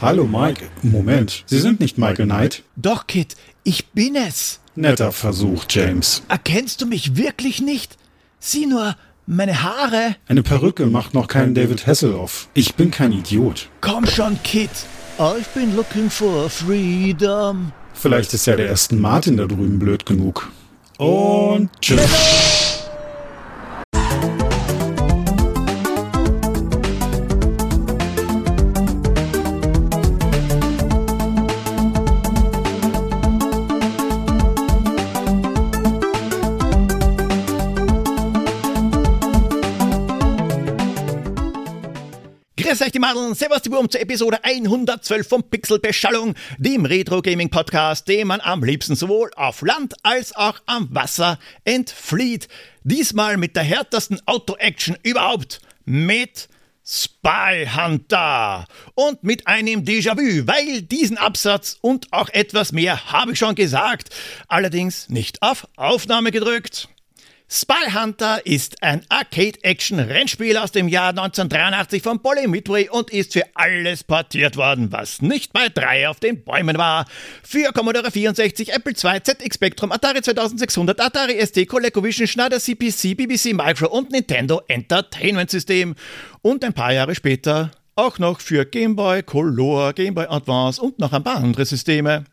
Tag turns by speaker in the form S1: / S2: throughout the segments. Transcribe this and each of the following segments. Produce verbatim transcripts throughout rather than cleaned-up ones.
S1: Hallo Mike. Moment, Sie sind nicht Michael Knight?
S2: Doch, Kid, ich bin es.
S1: Netter Versuch, James.
S2: Erkennst du mich wirklich nicht? Sieh nur, meine Haare.
S1: Eine Perücke macht noch keinen David Hasselhoff. Ich bin kein Idiot.
S2: Komm schon, Kid. I've been looking for freedom.
S1: Vielleicht ist ja der Aston Martin da drüben blöd genug. Und tschüss.
S2: Grüß euch die Madeln, servus die Wurm zur Episode hundertzwölf von Pixelbeschallung, dem Retro-Gaming-Podcast, dem man am liebsten sowohl auf Land als auch am Wasser entflieht. Diesmal mit der härtesten Auto-Action überhaupt, mit Spy Hunter und mit einem Déjà-vu, weil diesen Absatz und auch etwas mehr habe ich schon gesagt, allerdings nicht auf Aufnahme gedrückt. Spy Hunter ist ein Arcade-Action-Rennspiel aus dem Jahr neunzehnhundertdreiundachtzig von Poly Midway und ist für alles portiert worden, was nicht bei drei auf den Bäumen war. Für Commodore vierundsechzig, Apple zwei, Z X Spectrum, Atari zweitausendsechshundert, Atari S T, ColecoVision, Schneider C P C, B B C Micro und Nintendo Entertainment System. Und ein paar Jahre später auch noch für Game Boy Color, Game Boy Advance und noch ein paar andere Systeme.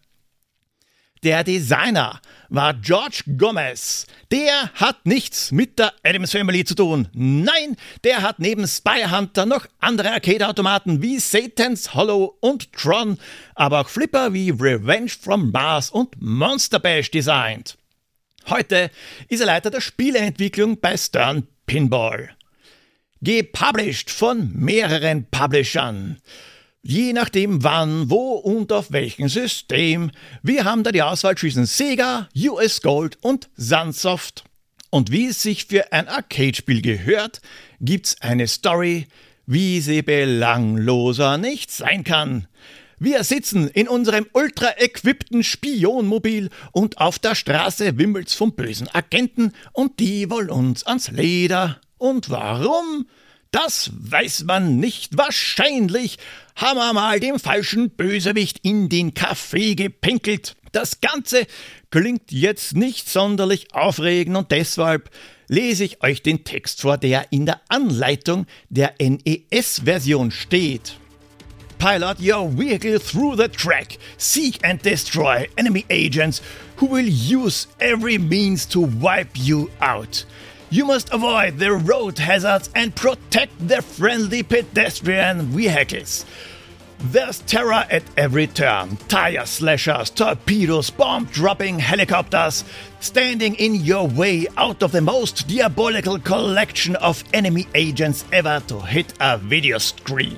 S2: Der Designer war George Gomez. Der hat nichts mit der Addams Family zu tun. Nein, der hat neben Spy Hunter noch andere Arcade-Automaten wie Satan's Hollow und Tron, aber auch Flipper wie Revenge from Mars und Monster Bash designt. Heute ist er Leiter der Spieleentwicklung bei Stern Pinball. Gepublished von mehreren Publishern. Je nachdem wann, wo und auf welchem System. Wir haben da die Auswahl zwischen Sega, U S Gold und Sunsoft. Und wie es sich für ein Arcade-Spiel gehört, gibt's eine Story, wie sie belangloser nicht sein kann. Wir sitzen in unserem ultra-equippten Spionmobil und auf der Straße wimmelt's von bösen Agenten und die wollen uns ans Leder. Und warum? Das weiß man nicht. Wahrscheinlich haben wir mal dem falschen Bösewicht in den Kaffee gepinkelt. Das Ganze klingt jetzt nicht sonderlich aufregend und deshalb lese ich euch den Text vor, der in der Anleitung der N E S-Version steht. Pilot your vehicle through the track. Seek and destroy enemy agents who will use every means to wipe you out. You must avoid the road hazards and protect the friendly pedestrian vehicles. There's terror at every turn. Tire slashers, torpedoes, bomb-dropping helicopters standing in your way out of the most diabolical collection of enemy agents ever to hit a video screen.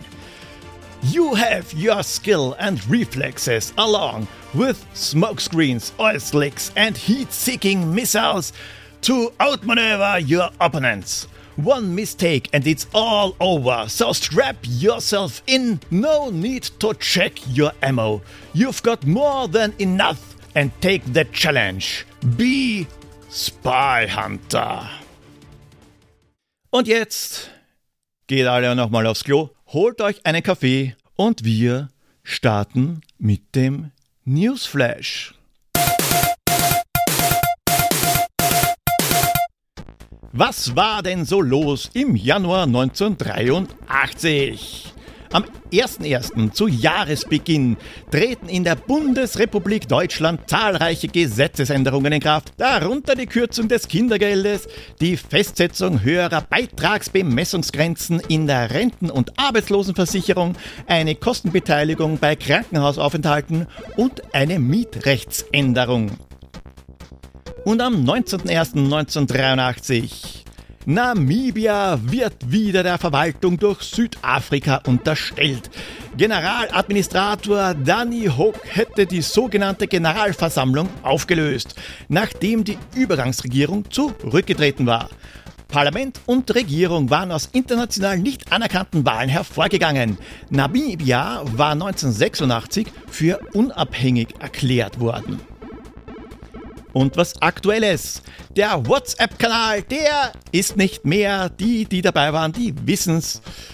S2: You have your skill and reflexes along with smoke screens, oil slicks and heat-seeking missiles to outmaneuver your opponents. One mistake and it's all over, so strap yourself in, no need to check your ammo. You've got more than enough and take the challenge. Be Spy Hunter. Und jetzt geht alle nochmal aufs Klo, holt euch einen Kaffee und wir starten mit dem Newsflash. Was war denn so los im Januar neunzehnhundertdreiundachtzig? Am ersten ersten zu Jahresbeginn treten in der Bundesrepublik Deutschland zahlreiche Gesetzesänderungen in Kraft, darunter die Kürzung des Kindergeldes, die Festsetzung höherer Beitragsbemessungsgrenzen in der Renten- und Arbeitslosenversicherung, eine Kostenbeteiligung bei Krankenhausaufenthalten und eine Mietrechtsänderung. Und am neunzehnten ersten neunzehnhundertdreiundachtzig. Namibia wird wieder der Verwaltung durch Südafrika unterstellt. Generaladministrator Danny Hook hätte die sogenannte Generalversammlung aufgelöst, nachdem die Übergangsregierung zurückgetreten war. Parlament und Regierung waren aus international nicht anerkannten Wahlen hervorgegangen. Namibia war neunzehnhundertsechsundachtzig für unabhängig erklärt worden. Und was Aktuelles. Der WhatsApp-Kanal, der ist nicht mehr. Die, die dabei waren, die wissen's.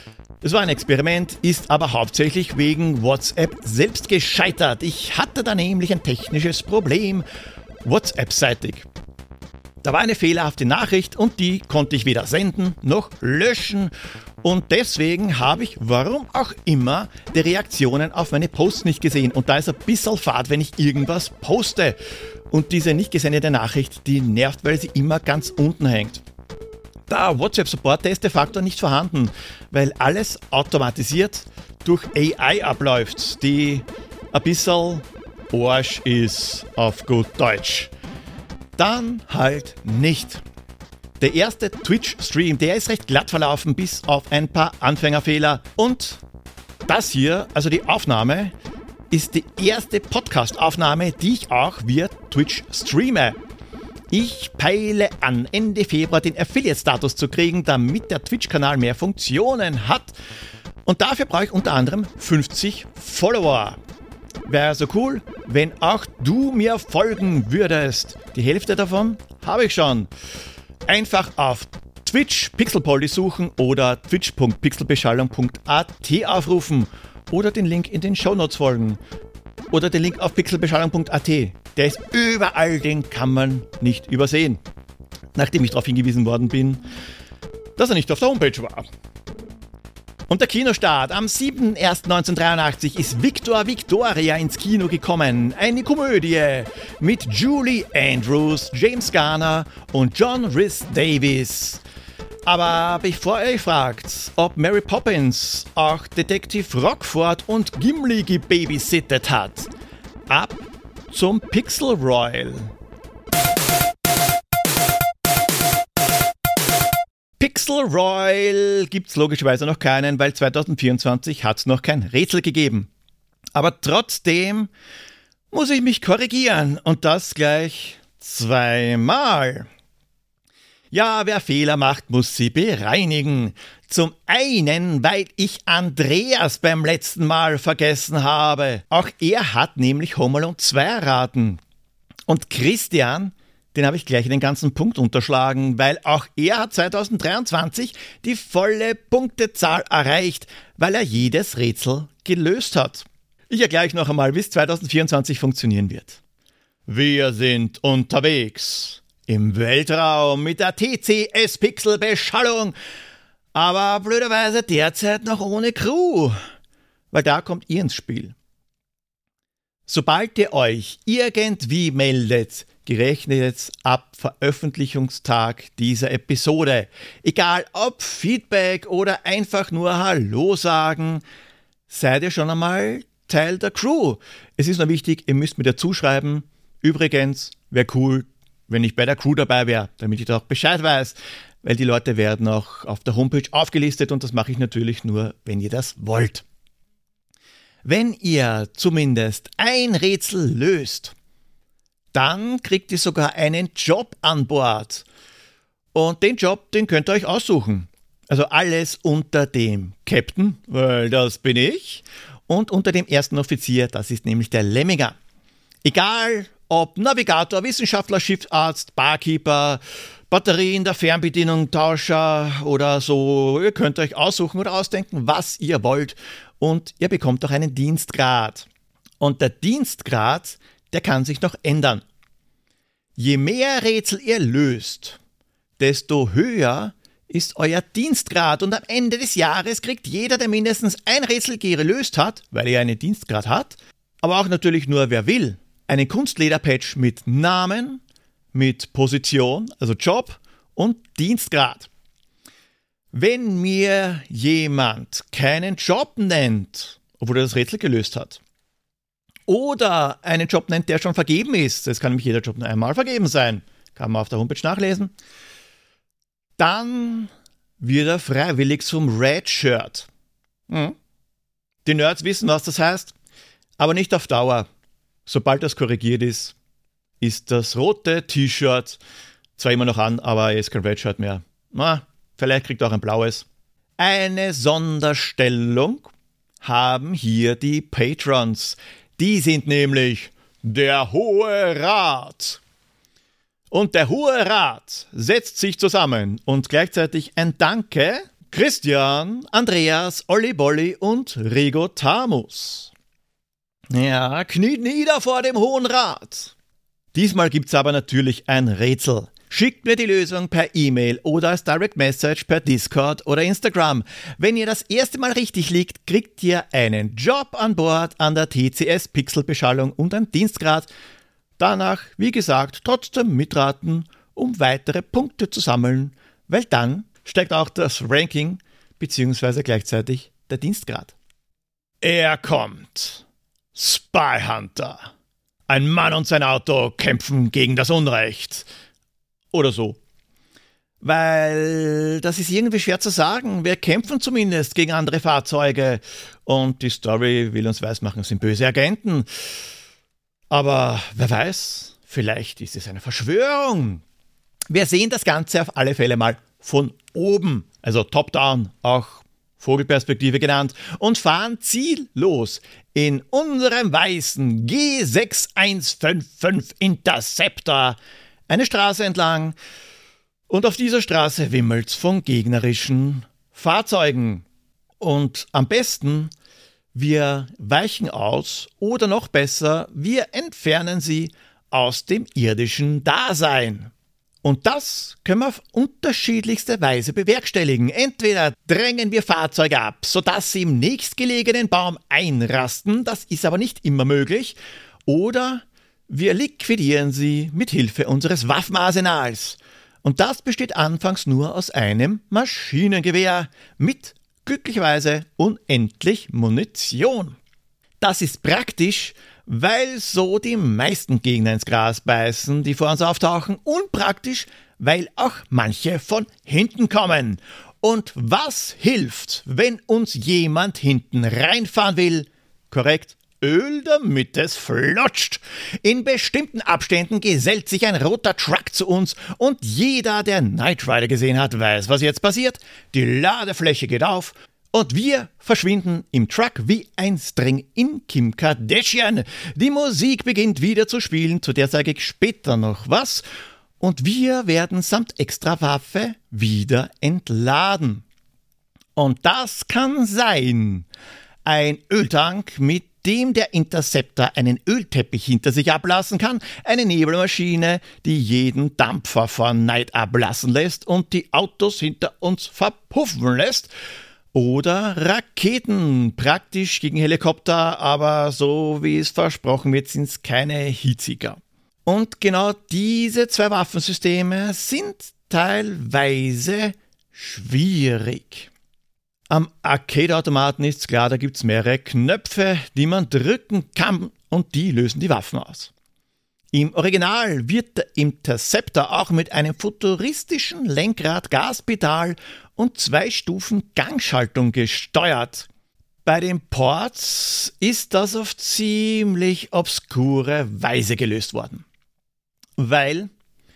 S2: Das war ein Experiment, ist aber hauptsächlich wegen WhatsApp selbst gescheitert. Ich hatte da nämlich ein technisches Problem, WhatsApp-seitig. Da war eine fehlerhafte Nachricht und die konnte ich weder senden noch löschen. Und deswegen habe ich, warum auch immer, die Reaktionen auf meine Posts nicht gesehen. Und da ist ein bisschen fad, wenn ich irgendwas poste. Und diese nicht gesendete Nachricht, die nervt, weil sie immer ganz unten hängt. Der WhatsApp-Support, der ist de facto nicht vorhanden, weil alles automatisiert durch A I abläuft, die ein bisschen Arsch ist auf gut Deutsch. Dann halt nicht. Der erste Twitch-Stream, der ist recht glatt verlaufen, bis auf ein paar Anfängerfehler. Und das hier, also die Aufnahme, ist die erste Podcast-Aufnahme, die ich auch via Twitch streame. Ich peile an, Ende Februar den Affiliate-Status zu kriegen, damit der Twitch-Kanal mehr Funktionen hat. Und dafür brauche ich unter anderem fünfzig Follower. Wäre so cool, wenn auch du mir folgen würdest. Die Hälfte davon habe ich schon. Einfach auf Twitch Pixelpolly suchen oder twitch punkt pixelbeschallung punkt a t aufrufen oder den Link in den Shownotes folgen. Oder den Link auf pixelbeschallung punkt a t. Der ist überall, den kann man nicht übersehen. Nachdem ich darauf hingewiesen worden bin, dass er nicht auf der Homepage war. Und der Kinostart am siebten ersten neunzehnhundertdreiundachtzig ist Victor Victoria ins Kino gekommen. Eine Komödie mit Julie Andrews, James Garner und John Rhys Davies. Aber bevor ihr euch fragt, ob Mary Poppins auch Detektiv Rockford und Gimli gebabysittet hat, ab zum Pixel Royal. Pixel Royal gibt's logischerweise noch keinen, weil zwanzig vierundzwanzig hat's noch kein Rätsel gegeben. Aber trotzdem muss ich mich korrigieren und das gleich zweimal. Ja, wer Fehler macht, muss sie bereinigen. Zum einen, weil ich Andreas beim letzten Mal vergessen habe. Auch er hat nämlich Home Alone zwei erraten. Und Christian, den habe ich gleich in den ganzen Punkt unterschlagen, weil auch er hat zwanzig dreiundzwanzig die volle Punktezahl erreicht, weil er jedes Rätsel gelöst hat. Ich erkläre euch noch einmal, wie es zwanzig vierundzwanzig funktionieren wird. Wir sind unterwegs im Weltraum mit der T C S-Pixel-Beschallung, aber blöderweise derzeit noch ohne Crew, weil da kommt ihr ins Spiel. Sobald ihr euch irgendwie meldet, gerechnet jetzt ab Veröffentlichungstag dieser Episode, egal ob Feedback oder einfach nur Hallo sagen, seid ihr schon einmal Teil der Crew. Es ist nur wichtig, ihr müsst mir dazu schreiben, übrigens, wäre cool, wenn ich bei der Crew dabei wäre, damit ich da auch Bescheid weiß, weil die Leute werden auch auf der Homepage aufgelistet und das mache ich natürlich nur, wenn ihr das wollt. Wenn ihr zumindest ein Rätsel löst, dann kriegt ihr sogar einen Job an Bord. Und den Job, den könnt ihr euch aussuchen. Also alles unter dem Captain, weil das bin ich, und unter dem ersten Offizier, das ist nämlich der Lemminger. Egal ob Navigator, Wissenschaftler, Schiffsarzt, Barkeeper, Batterien der Fernbedienung, Tauscher oder so, ihr könnt euch aussuchen oder ausdenken, was ihr wollt. Und ihr bekommt auch einen Dienstgrad. Und der Dienstgrad, der kann sich noch ändern. Je mehr Rätsel ihr löst, desto höher ist euer Dienstgrad. Und am Ende des Jahres kriegt jeder, der mindestens ein Rätsel gelöst hat, weil er einen Dienstgrad hat, aber auch natürlich nur wer will, einen Kunstleder-Patch mit Namen, mit Position, also Job und Dienstgrad. Wenn mir jemand keinen Job nennt, obwohl er das Rätsel gelöst hat, oder einen Job nennt, der schon vergeben ist, es kann nämlich jeder Job nur einmal vergeben sein, kann man auf der Homepage nachlesen, dann wird er freiwillig zum Red Shirt. Hm. Die Nerds wissen, was das heißt, aber nicht auf Dauer. Sobald das korrigiert ist, ist das rote T-Shirt zwar immer noch an, aber ist kein Red Shirt mehr. Na, vielleicht kriegt er auch ein blaues. Eine Sonderstellung haben hier die Patrons. Die sind nämlich der Hohe Rat. Und der Hohe Rat setzt sich zusammen und gleichzeitig ein Danke Christian, Andreas, Olli Bolli und Rigo Tamus. Ja, kniet nieder vor dem Hohen Rat. Diesmal gibt's aber natürlich ein Rätsel. Schickt mir die Lösung per E-Mail oder als Direct Message per Discord oder Instagram. Wenn ihr das erste Mal richtig liegt, kriegt ihr einen Job an Bord an der T C S Pixelbeschallung und ein Dienstgrad. Danach, wie gesagt, trotzdem mitraten, um weitere Punkte zu sammeln, weil dann steigt auch das Ranking bzw. gleichzeitig der Dienstgrad. Er kommt. Spy Hunter. Ein Mann und sein Auto kämpfen gegen das Unrecht. Oder so. Weil das ist irgendwie schwer zu sagen. Wir kämpfen zumindest gegen andere Fahrzeuge. Und die Story will uns weismachen, es sind böse Agenten. Aber wer weiß, vielleicht ist es eine Verschwörung. Wir sehen das Ganze auf alle Fälle mal von oben, also top-down, auch Vogelperspektive genannt, und fahren ziellos in unserem weißen G sechs eins fünf fünf Interceptor eine Straße entlang, und auf dieser Straße wimmelt's von gegnerischen Fahrzeugen. Und am besten, wir weichen aus oder noch besser, wir entfernen sie aus dem irdischen Dasein. Und das können wir auf unterschiedlichste Weise bewerkstelligen. Entweder drängen wir Fahrzeuge ab, sodass sie im nächstgelegenen Baum einrasten, das ist aber nicht immer möglich, oder wir liquidieren sie mit Hilfe unseres Waffenarsenals. Und das besteht anfangs nur aus einem Maschinengewehr mit glücklicherweise unendlich Munition. Das ist praktisch, weil so die meisten Gegner ins Gras beißen, die vor uns auftauchen. Unpraktisch, weil auch manche von hinten kommen. Und was hilft, wenn uns jemand hinten reinfahren will? Korrekt, Öl, damit es flutscht. In bestimmten Abständen gesellt sich ein roter Truck zu uns und jeder, der Knight Rider gesehen hat, weiß, was jetzt passiert. Die Ladefläche geht auf und wir verschwinden im Truck wie ein String in Kim Kardashian. Die Musik beginnt wieder zu spielen, zu der sage ich später noch was. Und wir werden samt Extrawaffe wieder entladen. Und das kann sein ein Öltank, mit dem der Interceptor einen Ölteppich hinter sich ablassen kann, eine Nebelmaschine, die jeden Dampfer vor Neid ablassen lässt und die Autos hinter uns verpuffen lässt, oder Raketen, praktisch gegen Helikopter, aber so wie es versprochen wird, sind es keine Heatseeker. Und genau diese zwei Waffensysteme sind teilweise schwierig. Am Arcade-Automaten ist klar, da gibt es mehrere Knöpfe, die man drücken kann und die lösen die Waffen aus. Im Original wird der Interceptor auch mit einem futuristischen Lenkrad, Gaspedal und zwei Stufen Gangschaltung gesteuert. Bei den Ports ist das auf ziemlich obskure Weise gelöst worden. Weil,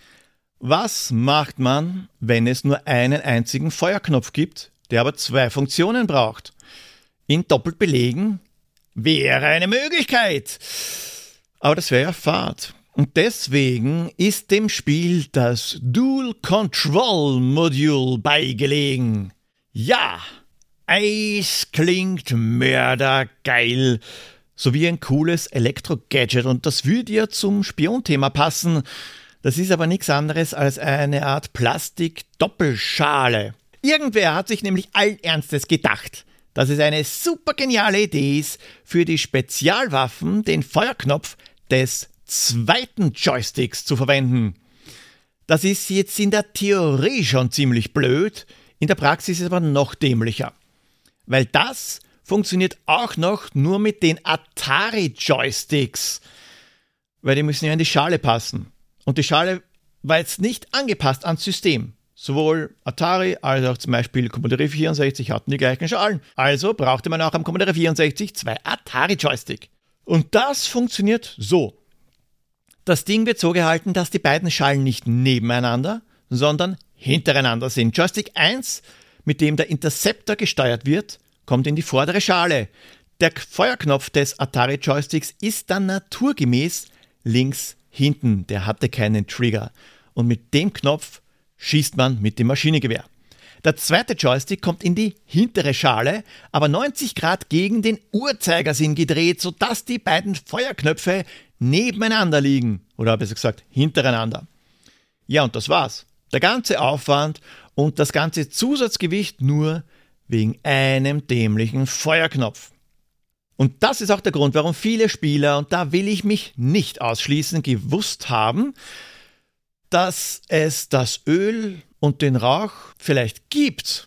S2: was macht man, wenn es nur einen einzigen Feuerknopf gibt, der aber zwei Funktionen braucht? Ihn doppelt belegen wäre eine Möglichkeit. Aber das wäre ja fad. Und deswegen ist dem Spiel das Dual Control Module beigelegen. Ja, Eis klingt mördergeil. Sowie ein cooles Elektro-Gadget. Und das würde ja zum Spionthema passen. Das ist aber nichts anderes als eine Art Plastik-Doppelschale. Irgendwer hat sich nämlich allen Ernstes gedacht, dass es eine super geniale Idee ist, für die Spezialwaffen den Feuerknopf des zweiten Joysticks zu verwenden. Das ist jetzt in der Theorie schon ziemlich blöd, in der Praxis ist es aber noch dämlicher. Weil das funktioniert auch noch nur mit den Atari-Joysticks. Weil die müssen ja in die Schale passen. Und die Schale war jetzt nicht angepasst ans System. Sowohl Atari als auch zum Beispiel Commodore vierundsechzig hatten die gleichen Schalen. Also brauchte man auch am Commodore vierundsechzig zwei Atari-Joystick. Und das funktioniert so. Das Ding wird so gehalten, dass die beiden Schalen nicht nebeneinander, sondern hintereinander sind. Joystick eins, mit dem der Interceptor gesteuert wird, kommt in die vordere Schale. Der Feuerknopf des Atari-Joysticks ist dann naturgemäß links hinten. Der hatte keinen Trigger. Und mit dem Knopf schießt man mit dem Maschinengewehr. Der zweite Joystick kommt in die hintere Schale, aber neunzig Grad gegen den Uhrzeigersinn gedreht, sodass die beiden Feuerknöpfe nebeneinander liegen. Oder besser gesagt, hintereinander. Ja, und das war's. Der ganze Aufwand und das ganze Zusatzgewicht nur wegen einem dämlichen Feuerknopf. Und das ist auch der Grund, warum viele Spieler, und da will ich mich nicht ausschließen, gewusst haben, dass es das Öl und den Rauch vielleicht gibt,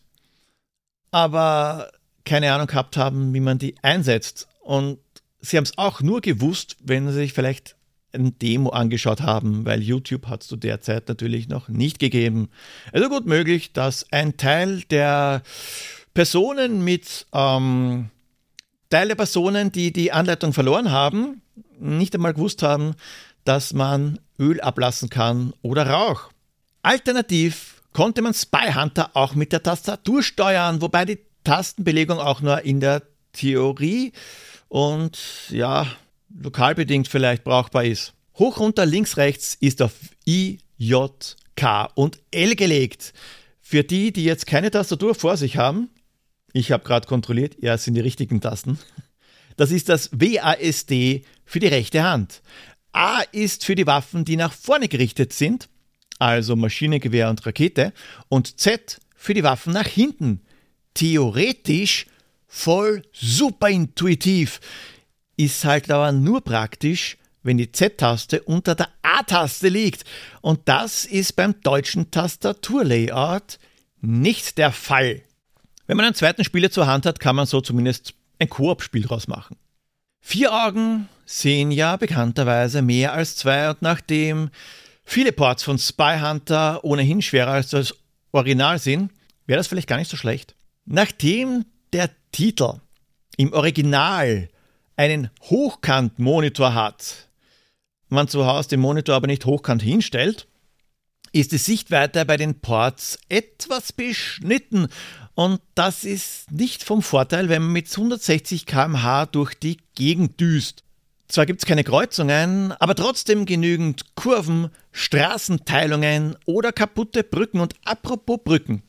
S2: aber keine Ahnung gehabt haben, wie man die einsetzt. Und sie haben es auch nur gewusst, wenn sie sich vielleicht ein Demo angeschaut haben, weil YouTube hat es zu der Zeit natürlich noch nicht gegeben. Also gut möglich, dass ein Teil der Personen mit ähm, Teil der Personen, die die Anleitung verloren haben, nicht einmal gewusst haben, dass man Öl ablassen kann oder Rauch. Alternativ konnte man Spy Hunter auch mit der Tastatur steuern, wobei die Tastenbelegung auch nur in der Theorie und ja, lokalbedingt vielleicht brauchbar ist. Hoch, runter, links, rechts ist auf I, J, K und L gelegt. Für die, die jetzt keine Tastatur vor sich haben, ich habe gerade kontrolliert, ja, es sind die richtigen Tasten. Das ist das W A S D für die rechte Hand. A ist für die Waffen, die nach vorne gerichtet sind, also Maschinengewehr und Rakete, und Z für die Waffen nach hinten. Theoretisch voll super intuitiv. Ist halt aber nur praktisch, wenn die Z-Taste unter der A-Taste liegt. Und das ist beim deutschen Tastaturlayout nicht der Fall. Wenn man einen zweiten Spieler zur Hand hat, kann man so zumindest ein Koop-Spiel draus machen. Vier Augen sehen ja bekannterweise mehr als zwei, und nachdem viele Ports von Spy Hunter ohnehin schwerer als das Original sind, wäre das vielleicht gar nicht so schlecht. Nachdem der Titel im Original einen Hochkant-Monitor hat, man zu Hause den Monitor aber nicht hochkant hinstellt, ist die Sichtweite bei den Ports etwas beschnitten, und das ist nicht vom Vorteil, wenn man mit hundertsechzig Kilometer pro Stunde durch die Gegend düst. Zwar gibt es keine Kreuzungen, aber trotzdem genügend Kurven, Straßenteilungen oder kaputte Brücken. Und apropos Brücken.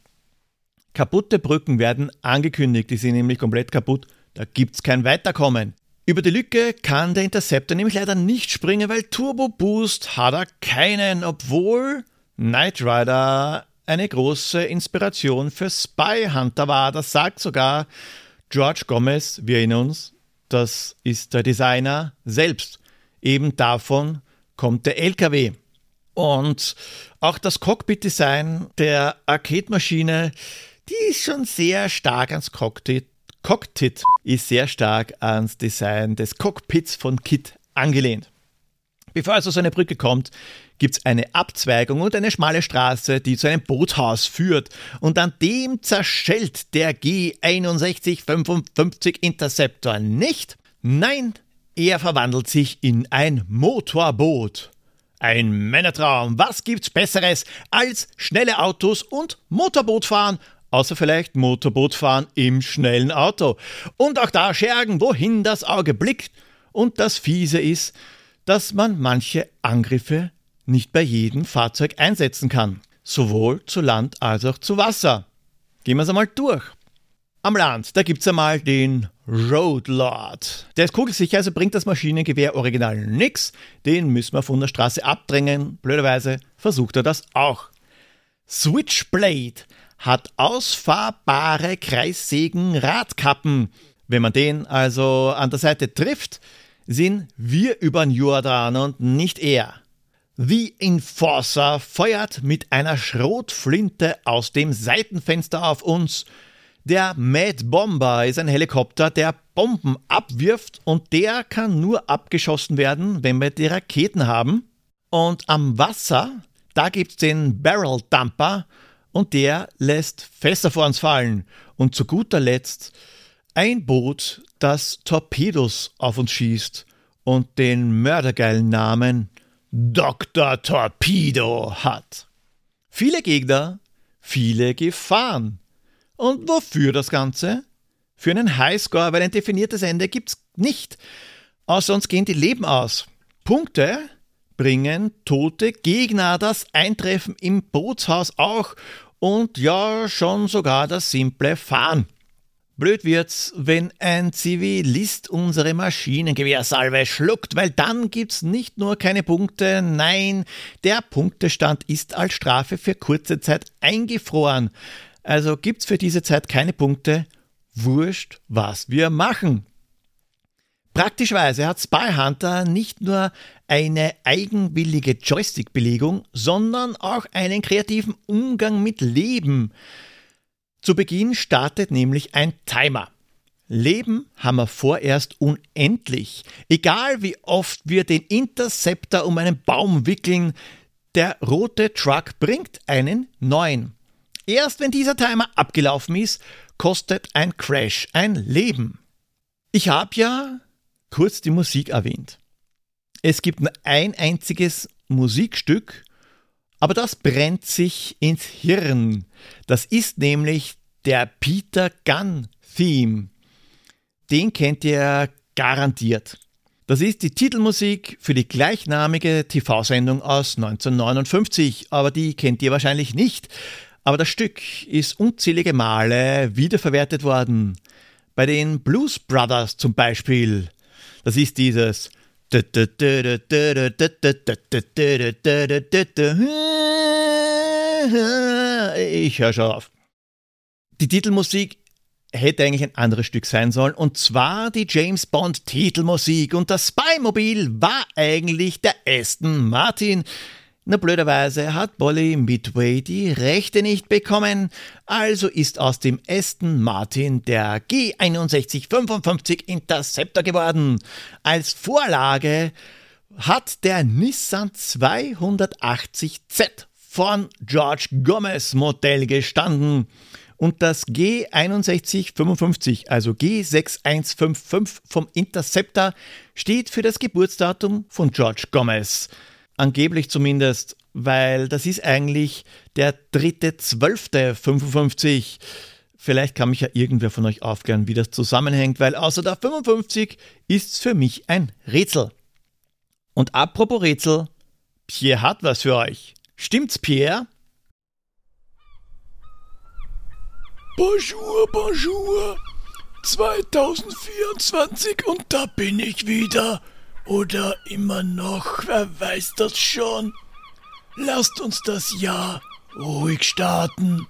S2: Kaputte Brücken werden angekündigt, die sind nämlich komplett kaputt, da gibt es kein Weiterkommen. Über die Lücke kann der Interceptor nämlich leider nicht springen, weil Turbo Boost hat er keinen, obwohl Knight Rider eine große Inspiration für Spy Hunter war. Das sagt sogar George Gomez, wir erinnern uns, das ist der Designer selbst. Eben davon kommt der L K W. Und auch das Cockpit-Design der Arcade-Maschine, die ist schon sehr stark ans Cockpit, Cockpit ist sehr stark ans Design des Cockpits von KITT angelehnt. Bevor also so eine Brücke kommt, gibt es eine Abzweigung und eine schmale Straße, die zu einem Bootshaus führt. Und an dem zerschellt der G einundsechzig fünfundfünfzig Interceptor nicht. Nein, er verwandelt sich in ein Motorboot. Ein Männertraum. Was gibt's Besseres als schnelle Autos und Motorbootfahren? Außer vielleicht Motorbootfahren im schnellen Auto. Und auch da Schergen, wohin das Auge blickt. Und das Fiese ist, dass man manche Angriffe nicht bei jedem Fahrzeug einsetzen kann. Sowohl zu Land als auch zu Wasser. Gehen wir es einmal durch. Am Land, da gibt es einmal den Roadlord. Der ist kugelsicher, also bringt das Maschinengewehr original nix. Den müssen wir von der Straße abdrängen. Blöderweise versucht er das auch. Switchblade hat ausfahrbare Kreissägen-Radkappen. Wenn man den also an der Seite trifft, sind wir über den Jordan und nicht er. The Enforcer feuert mit einer Schrotflinte aus dem Seitenfenster auf uns. Der Mad Bomber ist ein Helikopter, der Bomben abwirft, und der kann nur abgeschossen werden, wenn wir die Raketen haben. Und am Wasser, da gibt es den Barrel Dumper, und der lässt Fässer vor uns fallen. Und zu guter Letzt ein Boot, das Torpedos auf uns schießt und den mördergeilen Namen Doktor Torpedo hat. Viele Gegner, viele Gefahren. Und wofür das Ganze? Für einen Highscore, weil ein definiertes Ende gibt's nicht. Außer uns gehen die Leben aus. Punkte bringen tote Gegner, das Eintreffen im Bootshaus auch. und ja, schon sogar das simple Fahren. Blöd wird's, wenn ein Zivilist unsere Maschinengewehrsalve schluckt, weil dann gibt's nicht nur keine Punkte, nein, der Punktestand ist als Strafe für kurze Zeit eingefroren. Also gibt's für diese Zeit keine Punkte, wurscht, was wir machen. Praktischerweise hat Spy Hunter nicht nur eine eigenwillige Joystick-Belegung, sondern auch einen kreativen Umgang mit Leben. Zu Beginn startet nämlich ein Timer. Leben haben wir vorerst unendlich. Egal wie oft wir den Interceptor um einen Baum wickeln, der rote Truck bringt einen neuen. Erst wenn dieser Timer abgelaufen ist, kostet ein Crash ein Leben. Ich habe ja kurz die Musik erwähnt. Es gibt nur ein einziges Musikstück, aber das brennt sich ins Hirn. Das ist nämlich der Peter Gunn Theme. Den kennt ihr garantiert. Das ist die Titelmusik für die gleichnamige T V-Sendung aus neunzehnhundertneunundfünfzig, aber die kennt ihr wahrscheinlich nicht. Aber das Stück ist unzählige Male wiederverwertet worden. Bei den Blues Brothers zum Beispiel. Das ist dieses Ich höre schon auf. Die Titelmusik hätte eigentlich ein anderes Stück sein sollen, und zwar die James Bond Titelmusik, und das Spy-Mobil war eigentlich der Aston Martin. Nur blöderweise hat Bolly Midway die Rechte nicht bekommen, also ist aus dem Aston Martin der G sechs eins fünf Interceptor geworden. Als Vorlage hat der Nissan zweihundertachtzig Z von George Gomez Modell gestanden. Und das G sechs eins fünf, also G sechs eins fünf fünf vom Interceptor, steht für das Geburtsdatum von George Gomez. Angeblich zumindest, weil das ist eigentlich der dritte zwölfte fünfundfünfzig. Vielleicht kann mich ja irgendwer von euch aufklären, wie das zusammenhängt, weil außer der fünfundfünfzig ist's für mich ein Rätsel. Und apropos Rätsel, Pierre hat was für euch. Stimmt's, Pierre?
S3: Bonjour, bonjour. zweitausendvierundzwanzig und da bin ich wieder. Oder immer noch, wer weiß das schon. Lasst uns das Jahr ruhig starten.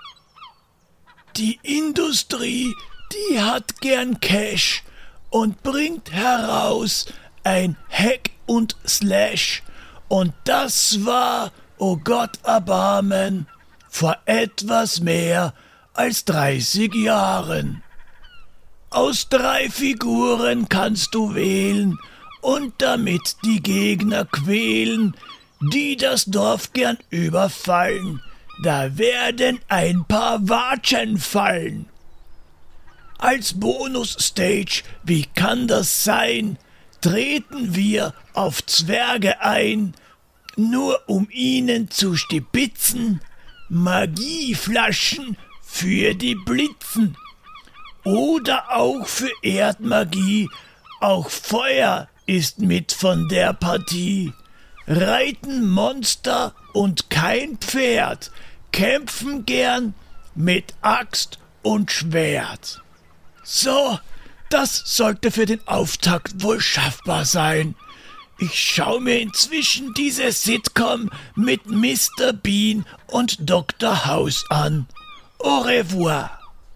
S3: Die Industrie, die hat gern Cash und bringt heraus ein Hack und Slash. Und das war, oh Gott erbarmen, vor etwas mehr als dreißig Jahren. Aus drei Figuren kannst du wählen und damit die Gegner quälen, die das Dorf gern überfallen. Da werden ein paar Watschen fallen. Als Bonus-Stage, wie kann das sein, treten wir auf Zwerge ein, nur um ihnen zu stibitzen, Magieflaschen für die Blitzen. Oder auch für Erdmagie, auch Feuer ist mit von der Partie. Reiten Monster und kein Pferd, kämpfen gern mit Axt und Schwert. So, das sollte für den Auftakt wohl schaffbar sein. Ich schaue mir inzwischen diese Sitcom mit Mister Bean und Doktor House an. Au revoir.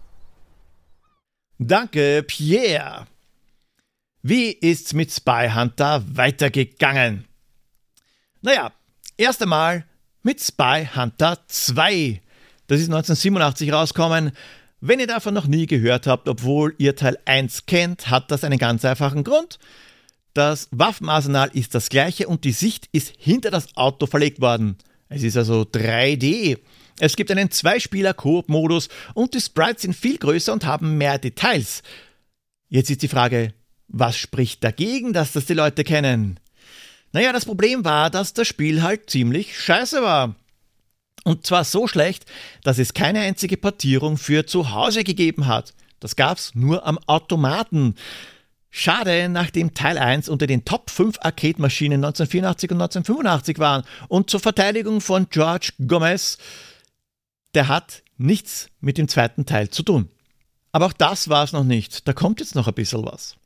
S2: Danke, Pierre. Wie ist's mit Spy Hunter weitergegangen? Naja, erst einmal mit Spy Hunter zwei. Das ist neunzehnhundertsiebenundachtzig rausgekommen. Wenn ihr davon noch nie gehört habt, obwohl ihr Teil eins kennt, hat das einen ganz einfachen Grund. Das Waffenarsenal ist das gleiche und die Sicht ist hinter das Auto verlegt worden. Es ist also drei D. Es gibt einen Zwei-Spieler-Koop-Modus und die Sprites sind viel größer und haben mehr Details. Jetzt ist die Frage, was spricht dagegen, dass das die Leute kennen? Naja, das Problem war, dass das Spiel halt ziemlich scheiße war. Und zwar so schlecht, dass es keine einzige Portierung für zu Hause gegeben hat. Das gab's nur am Automaten. Schade, nachdem Teil eins unter den Top fünf Arcade-Maschinen neunzehnhundertvierundachtzig und neunzehnhundertfünfundachtzig waren und zur Verteidigung von George Gomez, der hat nichts mit dem zweiten Teil zu tun. Aber auch das war es noch nicht. Da kommt jetzt noch ein bisschen was.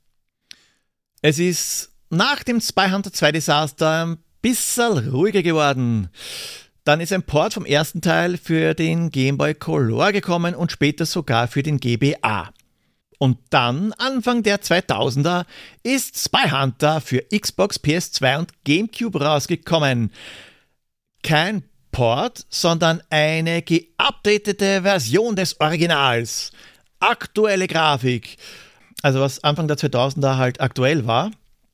S2: Es ist nach dem Spy Hunter zwei Desaster ein bisschen ruhiger geworden. Dann ist ein Port vom ersten Teil für den Game Boy Color gekommen und später sogar für den G B A. Und dann, Anfang der zweitausender, ist Spy Hunter für Xbox, P S zwei und GameCube rausgekommen. Kein Port, sondern eine geupdatete Version des Originals. Aktuelle Grafik. Also was Anfang der zweitausender halt aktuell war.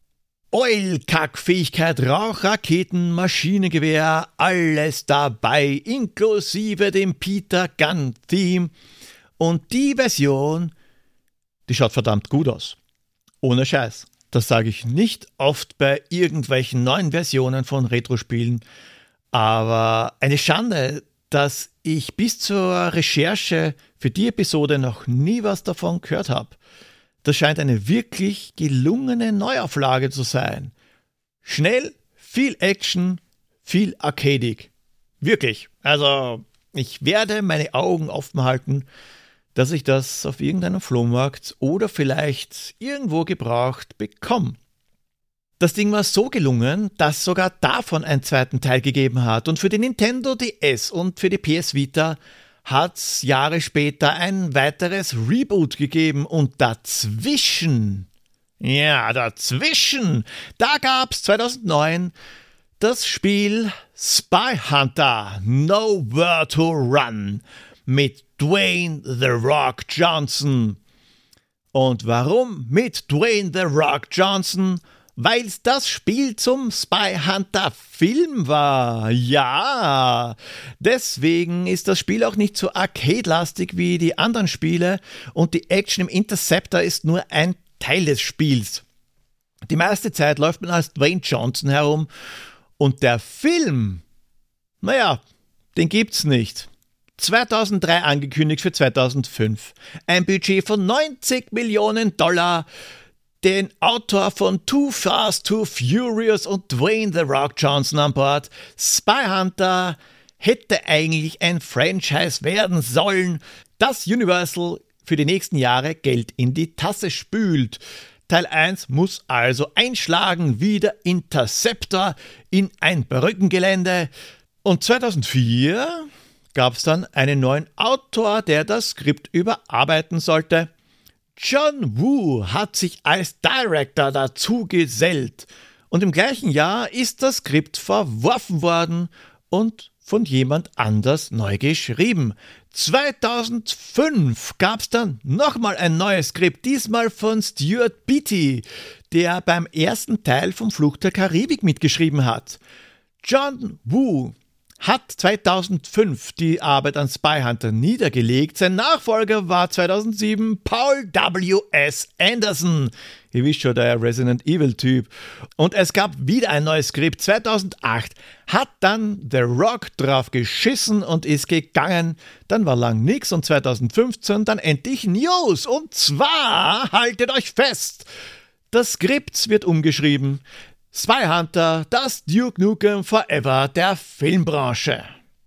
S2: Oil-Kack-Fähigkeit, Rauchraketen, Maschinengewehr, alles dabei, inklusive dem Peter Gunn-Theme. Und die Version, die schaut verdammt gut aus. Ohne Scheiß. Das sage ich nicht oft bei irgendwelchen neuen Versionen von Retro-Spielen. Aber eine Schande, dass ich bis zur Recherche für die Episode noch nie was davon gehört habe. Das scheint eine wirklich gelungene Neuauflage zu sein. Schnell, viel Action, viel arcadig. Wirklich. Also, ich werde meine Augen offen halten, dass ich das auf irgendeinem Flohmarkt oder vielleicht irgendwo gebraucht bekomme. Das Ding war so gelungen, dass sogar davon einen zweiten Teil gegeben hat. Und für den Nintendo D S und für die P S Vita hat es Jahre später ein weiteres Reboot gegeben. Und dazwischen, ja, dazwischen, da gab es zweitausendneun das Spiel Spy Hunter Nowhere to Run mit Dwayne The Rock Johnson. Und warum mit Dwayne The Rock Johnson? Weil es das Spiel zum Spy Hunter Film war. Ja, deswegen ist das Spiel auch nicht so arcade-lastig wie die anderen Spiele und die Action im Interceptor ist nur ein Teil des Spiels. Die meiste Zeit läuft man als Dwayne Johnson herum und der Film, naja, den gibt's nicht. zweitausenddrei angekündigt für zweitausendfünf. Ein Budget von neunzig Millionen Dollar. Den Autor von Too Fast, Too Furious und Dwayne The Rock Johnson an Bord. Spy Hunter hätte eigentlich ein Franchise werden sollen, das Universal für die nächsten Jahre Geld in die Tasse spült. Teil eins muss also einschlagen wie der Interceptor in ein Brückengelände. Und zweitausendvier gab es dann einen neuen Autor, der das Skript überarbeiten sollte. John Woo hat sich als Director dazu gesellt und im gleichen Jahr ist das Skript verworfen worden und von jemand anders neu geschrieben. zweitausendfünf gab es dann nochmal ein neues Skript, diesmal von Stuart Beattie, der beim ersten Teil vom Fluch der Karibik mitgeschrieben hat. John Woo hat zweitausendfünf die Arbeit an Spy Hunter niedergelegt. Sein Nachfolger war zweitausendsieben Paul W S Anderson. Ihr wisst schon, der Resident Evil-Typ. Und es gab wieder ein neues Skript. zweitausendacht hat dann The Rock drauf geschissen und ist gegangen. Dann war lang nix und zweitausendfünfzehn dann endlich News. Und zwar, haltet euch fest, das Skript wird umgeschrieben. Spy Hunter, das Duke Nukem Forever der Filmbranche.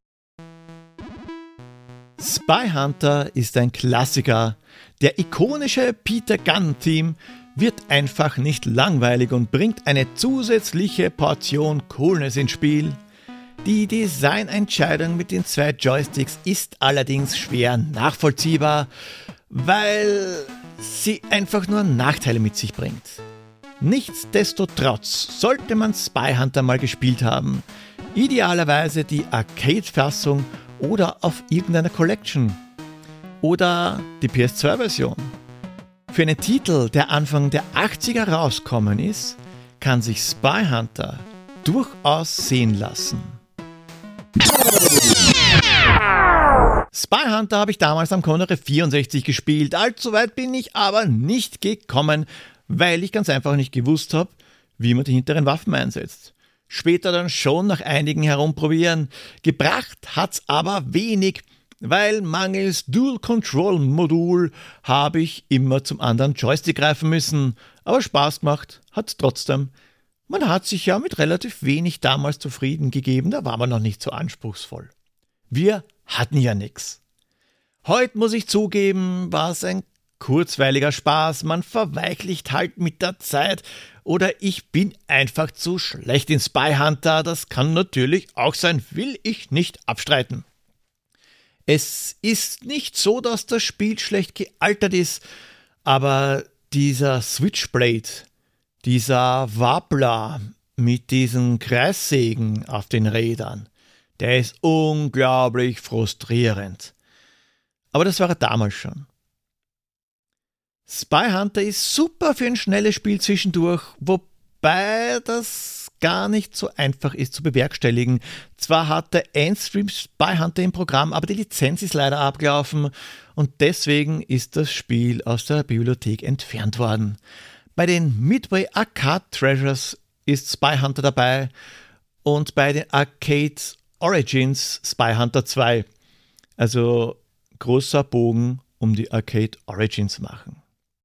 S2: Spy Hunter ist ein Klassiker. Der ikonische Peter Gunn-Theme wird einfach nicht langweilig und bringt eine zusätzliche Portion Coolness ins Spiel. Die Designentscheidung mit den zwei Joysticks ist allerdings schwer nachvollziehbar, weil sie einfach nur Nachteile mit sich bringt. Nichtsdestotrotz sollte man Spy Hunter mal gespielt haben. Idealerweise die Arcade-Fassung oder auf irgendeiner Collection. Oder die P S zwei Version. Für einen Titel, der Anfang der achtziger rauskommen ist, kann sich Spy Hunter durchaus sehen lassen. Spy Hunter habe ich damals am Commodore vierundsechzig gespielt. Allzu weit bin ich aber nicht gekommen, weil ich ganz einfach nicht gewusst habe, wie man die hinteren Waffen einsetzt. Später dann schon nach einigen herumprobieren. Gebracht hat's aber wenig, weil mangels Dual-Control-Modul habe ich immer zum anderen Joystick greifen müssen. Aber Spaß gemacht hat's trotzdem. Man hat sich ja mit relativ wenig damals zufrieden gegeben, da war man noch nicht so anspruchsvoll. Wir hatten ja nix. Heute muss ich zugeben, war es ein kurzweiliger Spaß, man verweichlicht halt mit der Zeit oder ich bin einfach zu schlecht in Spy Hunter, das kann natürlich auch sein, will ich nicht abstreiten. Es ist nicht so, dass das Spiel schlecht gealtert ist, aber dieser Switchblade, dieser Wabbler mit diesen Kreissägen auf den Rädern, der ist unglaublich frustrierend. Aber das war er damals schon. Spy Hunter ist super für ein schnelles Spiel zwischendurch, wobei das gar nicht so einfach ist zu bewerkstelligen. Zwar hat der Endstream Spy Hunter im Programm, aber die Lizenz ist leider abgelaufen und deswegen ist das Spiel aus der Bibliothek entfernt worden. Bei den Midway Arcade Treasures ist Spy Hunter dabei und bei den Arcade Origins Spy Hunter zwei. Also großer Bogen um die Arcade Origins machen.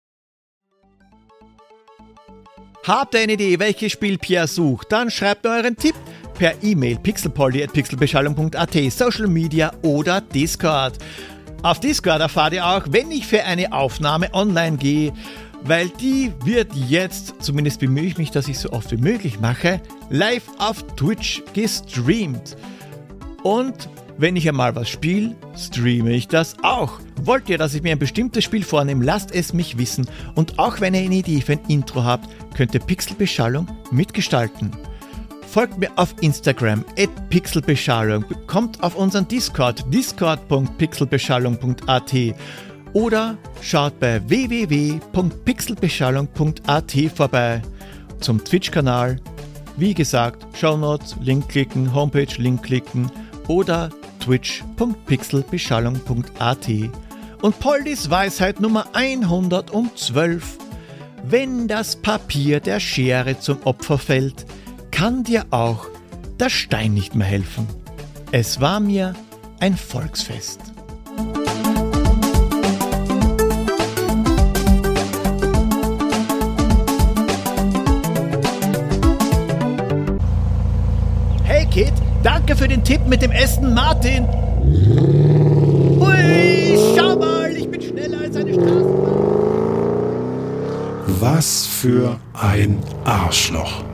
S2: Habt ihr eine Idee, welches Spiel Pierre sucht? Dann schreibt mir euren Tipp per E-Mail pixelpolly at pixelbeschallung punkt at, Social Media oder Discord. Auf Discord erfahrt ihr auch, wenn ich für eine Aufnahme online gehe, weil die wird jetzt, zumindest bemühe ich mich, dass ich so oft wie möglich mache, live auf Twitch gestreamt. Und wenn ich einmal was spiele, streame ich das auch. Wollt ihr, dass ich mir ein bestimmtes Spiel vornehme, lasst es mich wissen. Und auch wenn ihr eine Idee für ein Intro habt, könnt ihr Pixelbeschallung mitgestalten. Folgt mir auf Instagram at pixelbeschallung, kommt auf unseren Discord discord punkt pixelbeschallung punkt at oder schaut bei w w w punkt pixelbeschallung punkt at vorbei zum Twitch-Kanal. Wie gesagt, Shownotes, Link klicken, Homepage, Link klicken oder twitch punkt pixelbeschallung punkt at. Und Poldis Weisheit Nummer hundertzwölf. Wenn das Papier der Schere zum Opfer fällt, kann dir auch der Stein nicht mehr helfen. Es war mir ein Volksfest. Hey Kid, danke für den Tipp mit dem Aston Martin. Hui, schau mal, ich bin schneller als eine Straßenbahn.
S1: Was für ein Arschloch.